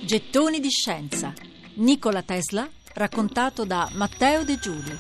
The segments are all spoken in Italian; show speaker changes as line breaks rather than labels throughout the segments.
Gettoni di scienza. Nikola Tesla raccontato da Matteo De Giuli.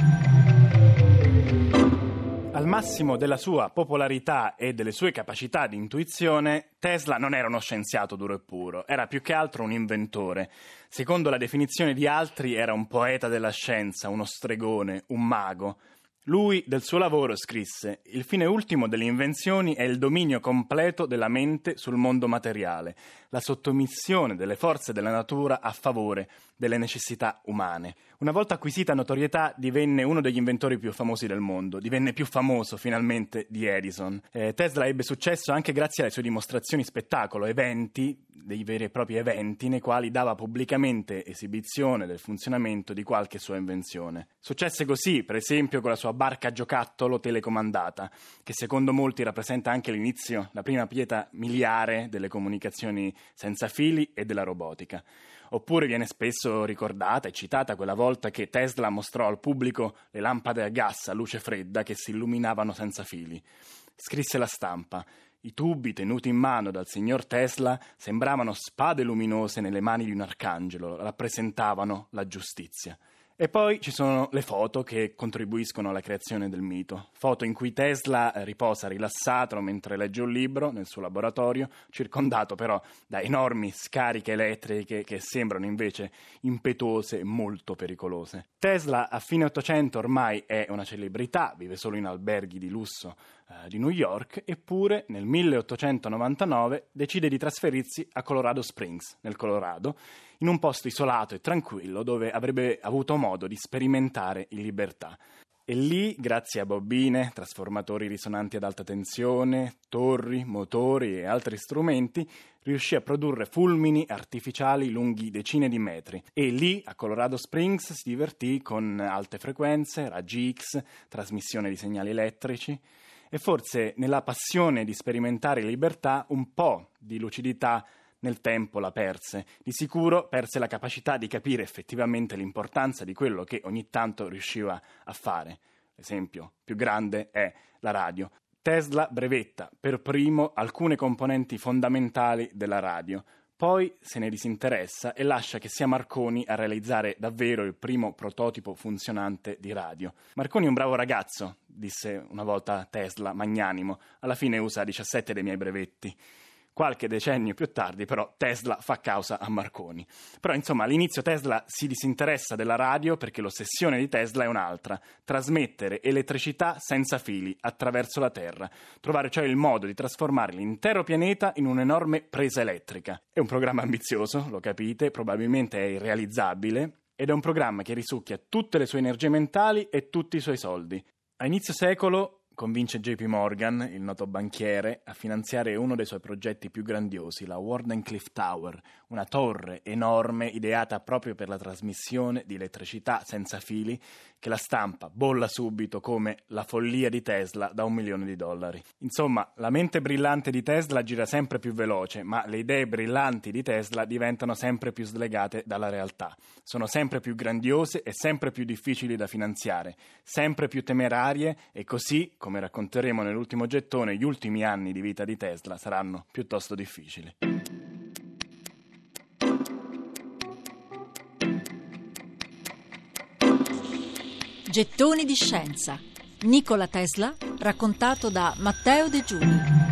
Al massimo della sua popolarità e delle sue capacità di intuizione, Tesla non era uno scienziato duro e puro, era più che altro un inventore. Secondo la definizione di altri era un poeta della scienza, uno stregone, un mago. Lui del suo lavoro scrisse: «Il fine ultimo delle invenzioni è il dominio completo della mente sul mondo materiale, la sottomissione delle forze della natura a favore delle necessità umane». Una volta acquisita notorietà divenne uno degli inventori più famosi del mondo, divenne più famoso finalmente di Edison. Tesla ebbe successo anche grazie alle sue dimostrazioni spettacolo, eventi, dei veri e propri eventi, nei quali dava pubblicamente esibizione del funzionamento di qualche sua invenzione. Successe così, per esempio, con la sua barca giocattolo telecomandata, che secondo molti rappresenta anche l'inizio, la prima pietra miliare delle comunicazioni senza fili e della robotica. Oppure viene spesso ricordata e citata quella volta che Tesla mostrò al pubblico le lampade a gas a luce fredda che si illuminavano senza fili. Scrisse la stampa: «I tubi tenuti in mano dal signor Tesla sembravano spade luminose nelle mani di un arcangelo, rappresentavano la giustizia». E poi ci sono le foto che contribuiscono alla creazione del mito. Foto in cui Tesla riposa rilassato mentre legge un libro nel suo laboratorio, circondato però da enormi scariche elettriche che sembrano invece impetuose e molto pericolose. Tesla a fine Ottocento ormai è una celebrità, vive solo in alberghi di lusso di New York, eppure nel 1899 decide di trasferirsi a Colorado Springs, nel Colorado, in un posto isolato e tranquillo dove avrebbe avuto modo di sperimentare in libertà. E lì, grazie a bobine, trasformatori risonanti ad alta tensione, torri, motori e altri strumenti, riuscì a produrre fulmini artificiali lunghi decine di metri. E lì, a Colorado Springs, si divertì con alte frequenze, raggi X, trasmissione di segnali elettrici. E forse nella passione di sperimentare in libertà un po' di lucidità nel tempo la perse. Di sicuro perse la capacità di capire effettivamente l'importanza di quello che ogni tanto riusciva a fare. L'esempio più grande è la radio. Tesla brevetta per primo alcune componenti fondamentali della radio. Poi se ne disinteressa e lascia che sia Marconi a realizzare davvero il primo prototipo funzionante di radio. «Marconi è un bravo ragazzo», disse una volta Tesla, magnanimo. «Alla fine usa 17 dei miei brevetti». Qualche decennio più tardi, però, Tesla fa causa a Marconi. Però, insomma, all'inizio Tesla si disinteressa della radio perché l'ossessione di Tesla è un'altra: trasmettere elettricità senza fili attraverso la Terra, trovare cioè il modo di trasformare l'intero pianeta in un'enorme presa elettrica. È un programma ambizioso, lo capite, probabilmente è irrealizzabile, ed è un programma che risucchia tutte le sue energie mentali e tutti i suoi soldi. A inizio secolo convince JP Morgan, il noto banchiere, a finanziare uno dei suoi progetti più grandiosi, la Wardenclyffe Tower, una torre enorme ideata proprio per la trasmissione di elettricità senza fili, che la stampa bolla subito come la follia di Tesla da $1 milione. Insomma, la mente brillante di Tesla gira sempre più veloce, ma le idee brillanti di Tesla diventano sempre più slegate dalla realtà. Sono sempre più grandiose e sempre più difficili da finanziare, sempre più temerarie, e così, come racconteremo nell'ultimo gettone, gli ultimi anni di vita di Tesla saranno piuttosto difficili.
Gettoni di scienza. Nikola Tesla raccontato da Matteo De Giuli.